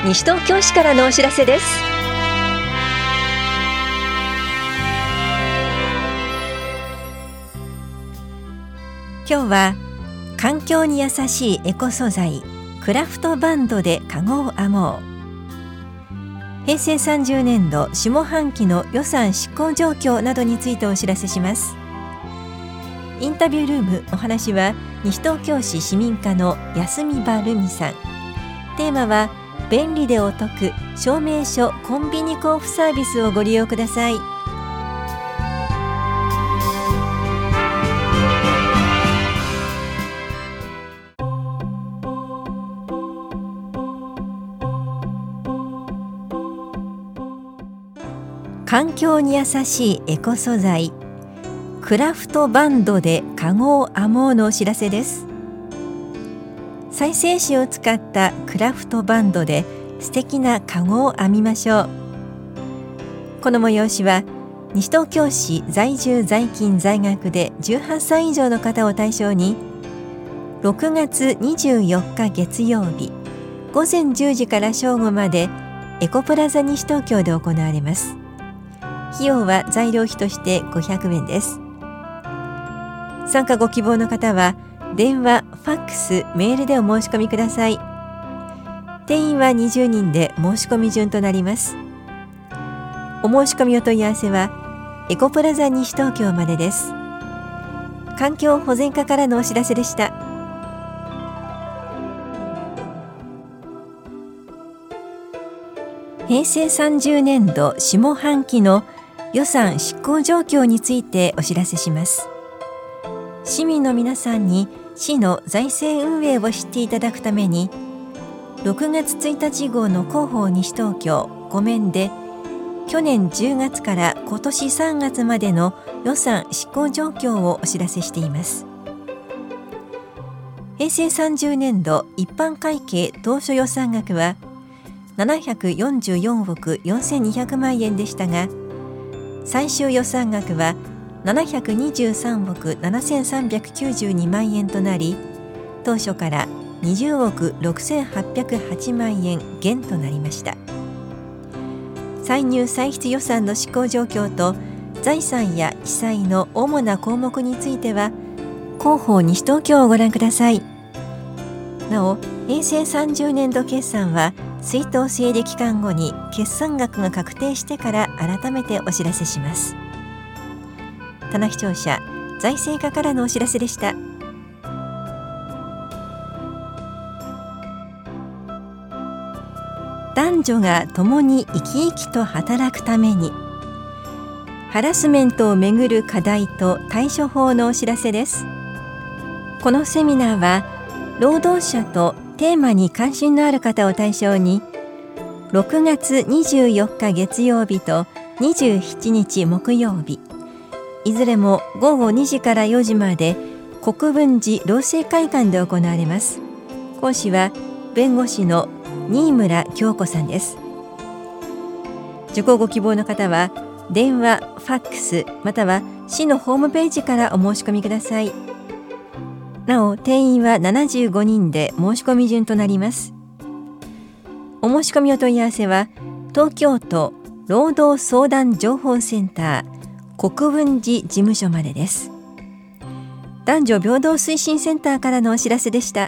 西東京市からのお知らせです。今日は環境に優しいエコ素材クラフトバンドでカゴを編もう。平成30年度下半期の予算執行状況などについてお知らせします。インタビュールーム、お話は西東京市市民課の安見場留美さん。テーマは便利でお得証明書コンビニ交付サービスをご利用ください。環境に優しいエコ素材クラフトバンドでカゴを編もうのお知らせです。再生紙を使ったクラフトバンドで素敵なカゴを編みましょう。この催しは西東京市在住在勤在学で18歳以上の方を対象に6月24日月曜日午前10時から正午までエコプラザ西東京で行われます。費用は材料費として500円です。参加ご希望の方は電話、ファックス、メールでお申し込みください。定員は20人で申し込み順となります。お申し込みお問い合わせはエコプラザ西東京までです。環境保全課からのお知らせでした。平成30年度下半期の予算執行状況についてお知らせします。市民の皆さんに市の財政運営を知っていただくために6月1日号の広報西東京5面で去年10月から今年3月までの予算執行状況をお知らせしています。平成30年度一般会計当初予算額は744億4200万円でしたが、最終予算額は723億7392万円となり、当初から20億6808万円減となりました。歳入歳出予算の執行状況と財産や記載の主な項目については広報西東京をご覧ください。なお、平成30年度決算は出納整理期間後に決算額が確定してから改めてお知らせします。棚視聴者財政課からのお知らせでした。男女が共に生き生きと働くためにハラスメントをめぐる課題と対処法のお知らせです。このセミナーは労働者とテーマに関心のある方を対象に6月24日月曜日と27日木曜日いずれも午後2時から4時まで国分寺労政会館で行われます。講師は弁護士の新村京子さんです。受講ご希望の方は電話、ファックスまたは市のホームページからお申し込みください。なお、定員は75人で申し込み順となります。お申し込みお問い合わせは東京都労働相談情報センター国分寺事務所までです。男女平等推進センターからのお知らせでした。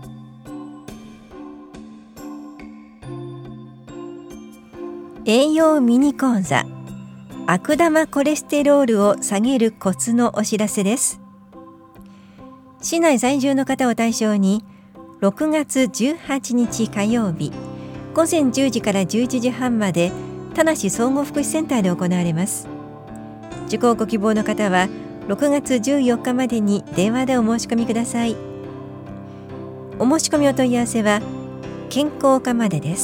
栄養ミニ講座悪玉コレステロールを下げるコツのお知らせです。市内在住の方を対象に6月18日火曜日午前10時から11時半まで田無総合福祉センターで行われます。受講ご希望の方は6月14日までに電話でお申し込みください。お申し込みお問い合わせは健康課までです。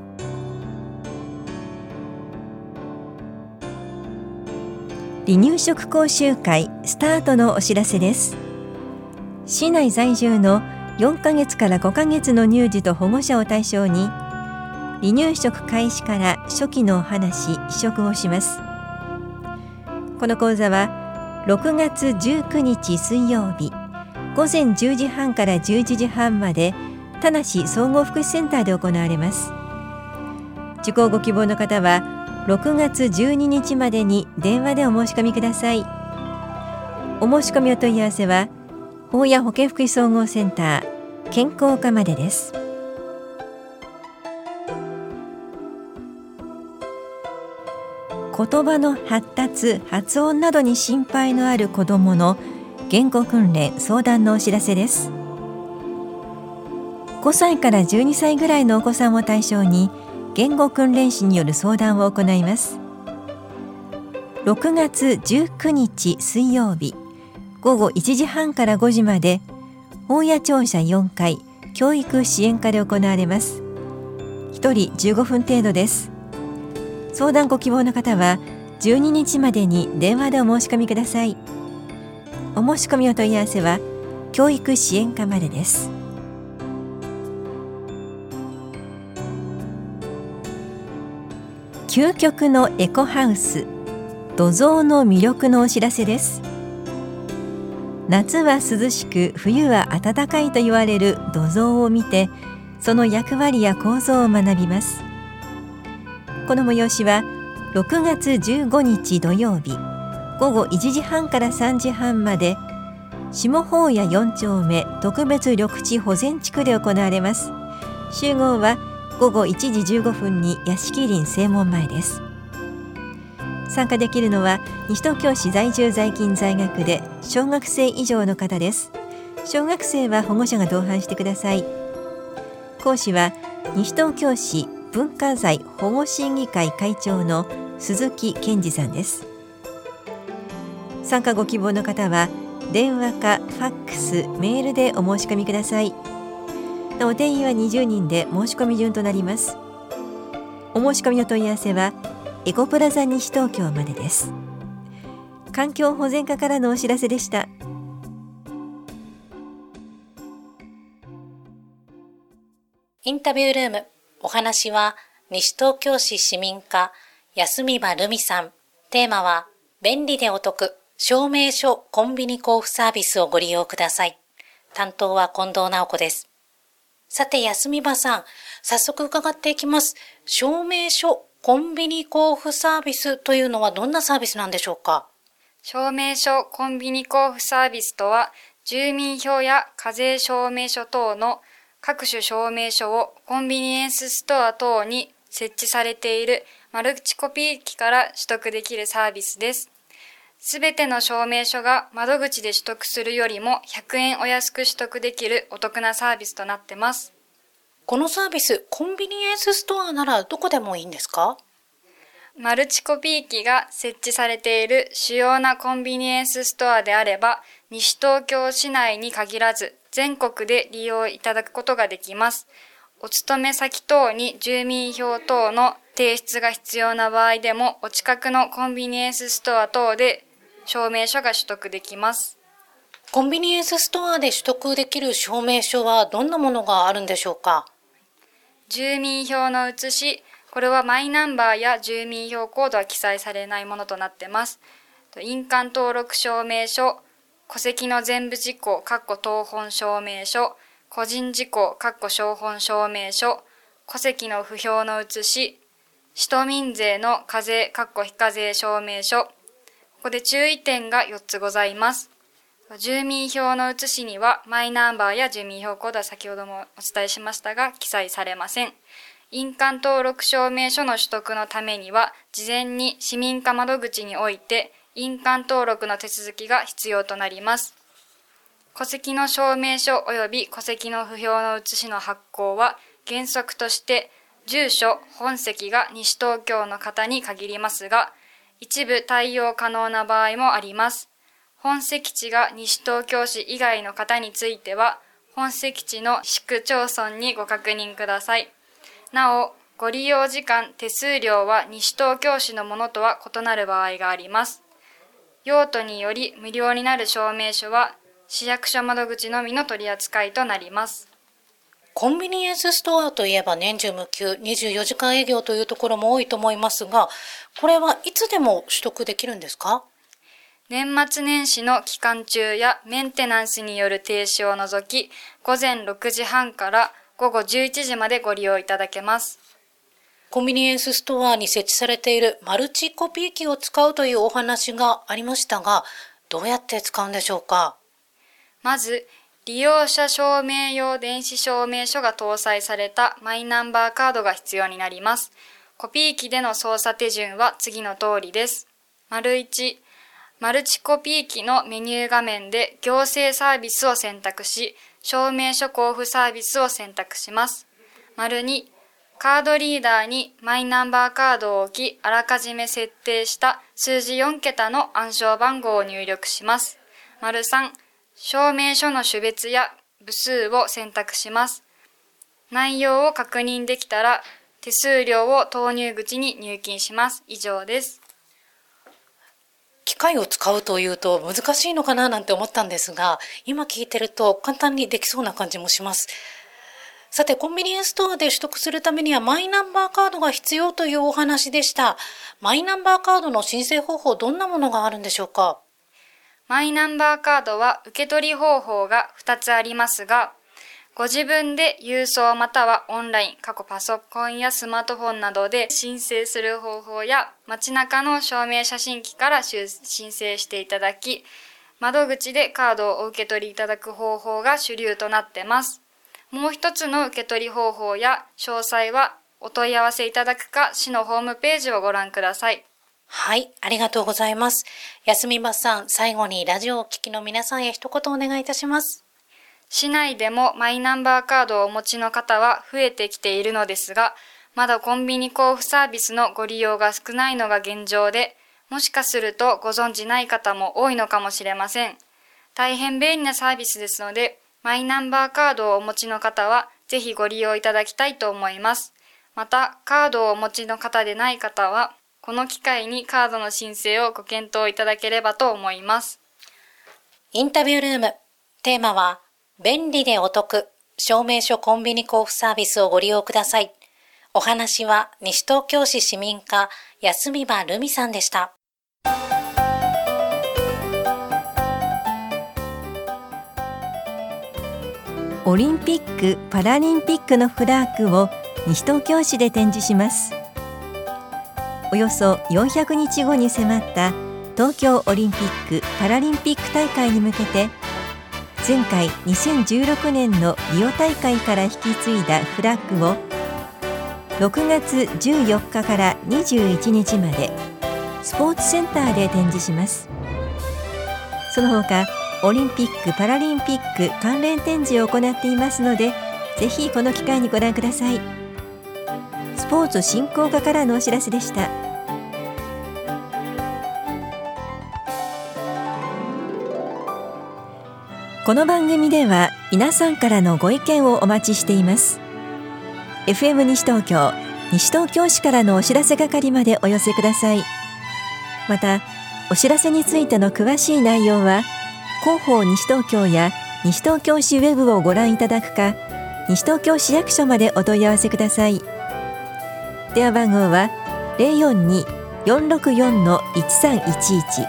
離乳食講習会スタートのお知らせです。市内在住の4ヶ月から5ヶ月の乳児と保護者を対象に離乳食開始から初期のお話試食をします。この講座は6月19日水曜日午前10時半から11時半まで田無総合福祉センターで行われます。 受講ご希望の方は6月12日までに電話でお申し込みください。お申し込みお問い合わせは保谷保健福祉総合センター健康課までです。言葉の発達・発音などに心配のある子どもの言語訓練・相談のお知らせです。5歳から12歳ぐらいのお子さんを対象に言語訓練士による相談を行います。6月19日水曜日午後1時半から5時まで保谷庁舎4階教育支援課で行われます。1人15分程度です。相談ご希望の方は12日までに電話でお申し込みください。お申し込みお問い合わせは教育支援課までです。究極のエコハウス土蔵の魅力のお知らせです。夏は涼しく冬は暖かいと言われる土蔵を見て、その役割や構造を学びます。この催しは6月15日土曜日午後1時半から3時半まで下保谷4丁目特別緑地保全地区で行われます。集合は午後1時15分に屋敷林正門前です。参加できるのは西東京市在住在勤在学で小学生以上の方です。小学生は保護者が同伴してください。講師は西東京市文化財保護審議会会長の鈴木健二さんです。参加ご希望の方は電話かファックス、メールでお申し込みください。お定員は20人で申し込み順となります。お申し込みの問い合わせはエコプラザ西東京までです。環境保全課からのお知らせでした。 インタビュールーム、お話は西東京市市民課安見場留美さん。テーマは便利でお得証明書コンビニ交付サービスをご利用ください。担当は近藤直子です。さて安見場さん、早速伺っていきます。証明書コンビニ交付サービスというのはどんなサービスなんでしょうか？ 証明書コンビニ交付サービスとは、住民票や課税証明書等の各種証明書をコンビニエンスストア等に設置されているマルチコピー機から取得できるサービスです。すべての証明書が窓口で取得するよりも100円お安く取得できるお得なサービスとなってます。 このサービス、コンビニエンスストアならどこでもいいんですか？ マルチコピー機が設置されている主要なコンビニエンスストアであれば、西東京市内に限らず全国で利用いただくことができます。お勤め先等に住民票等の提出が必要な場合でも、お近くのコンビニエンスストア等で証明書が取得できます。 コンビニエンスストアで取得できる証明書はどんなものがあるんでしょうか？ 住民票の写し、これはマイナンバーや住民票コードは記載されないものとなっています。印鑑登録証明書、戸籍の全部事項謄本証明書、個人事項謄本証明書、戸籍の不評の写し、使途民税の課税非課税証明書。ここで注意点が4つございます。住民票の写しにはマイナンバーや住民票コードは先ほどもお伝えしましたが記載されません。印鑑登録証明書の取得のためには事前に市民課窓口において印鑑登録の手続きが必要となります。戸籍の証明書及び戸籍の不評の写しの発行は原則として住所、本籍が西東京の方に限りますが、一部対応可能な場合もあります。本籍地が西東京市以外の方については、本籍地の市区町村にご確認ください。なお、ご利用時間、手数料は西東京市のものとは異なる場合があります。用途により無料になる証明書は、市役所窓口のみの取り扱いとなります。 コンビニエンスストアといえば年中無休24時間営業というところも多いと思いますが、これはいつでも取得できるんですか？ 年末年始の期間中やメンテナンスによる停止を除き、午前6時半から午後11時までご利用いただけます。 コンビニエンスストアに設置されているマルチコピー機を使うというお話がありましたが、どうやって使うんでしょうか？ まず、利用者証明用電子証明書が搭載されたマイナンバーカードが必要になります。コピー機での操作手順は次の通りです。1、マルチコピー機のメニュー画面で行政サービスを選択し、証明書交付サービスを選択します。2、カードリーダーにマイナンバーカードを置き、あらかじめ設定した数字4桁の暗証番号を入力します。3、証明書の種別や部数を選択します。内容を確認できたら、手数料を投入口に入金します。以上です。 機械を使うというと難しいのかななんて思ったんですが、今聞いてると簡単にできそうな感じもします。さて、コンビニエンスストアで取得するためにはマイナンバーカードが必要というお話でした。マイナンバーカードの申請方法、どんなものがあるんでしょうか？ マイナンバーカードは受け取り方法が2つありますが、ご自分で郵送またはオンライン、パソコンやスマートフォンなどで申請する方法や、街中の証明写真機から申請していただき、窓口でカードをお受け取りいただく方法が主流となっています。もう一つの受け取り方法や詳細はお問い合わせいただくか、市のホームページをご覧ください。 はい、ありがとうございます。安見場さん、最後にラジオをお聞きの皆さんへ一言お願いいたします。 市内でもマイナンバーカードをお持ちの方は増えてきているのですが、まだコンビニ交付サービスのご利用が少ないのが現状で、もしかするとご存じない方も多いのかもしれません。大変便利なサービスですので、マイナンバーカードをお持ちの方はぜひご利用いただきたいと思います。また、カードをお持ちの方でない方は、この機会にカードの申請をご検討いただければと思います。 インタビュールーム、テーマは、便利でお得、証明書コンビニ交付サービスをご利用ください。お話は西東京市市民課安見場留美さんでした。 オリンピック・パラリンピックのフラッグを西東京市で展示します。およそ400日後に迫った東京オリンピック・パラリンピック大会に向けて、前回2016年のリオ大会から引き継いだフラッグを6月14日から21日までスポーツセンターで展示します。その他オリンピック・パラリンピック関連展示を行っていますので、ぜひこの機会にご覧ください。スポーツ振興課からのお知らせでした。この番組では皆さんからのご意見をお待ちしています。 FM 西東京、西東京市からのお知らせ係までお寄せください。またお知らせについての詳しい内容は広報西東京や西東京市ウェブをご覧いただくか、西東京市役所までお問い合わせください。電話番号は 042-464-1311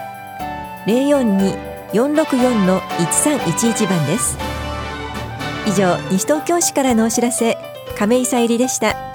042-464-1311 番です。以上、西東京市からのお知らせ、亀井さゆりでした。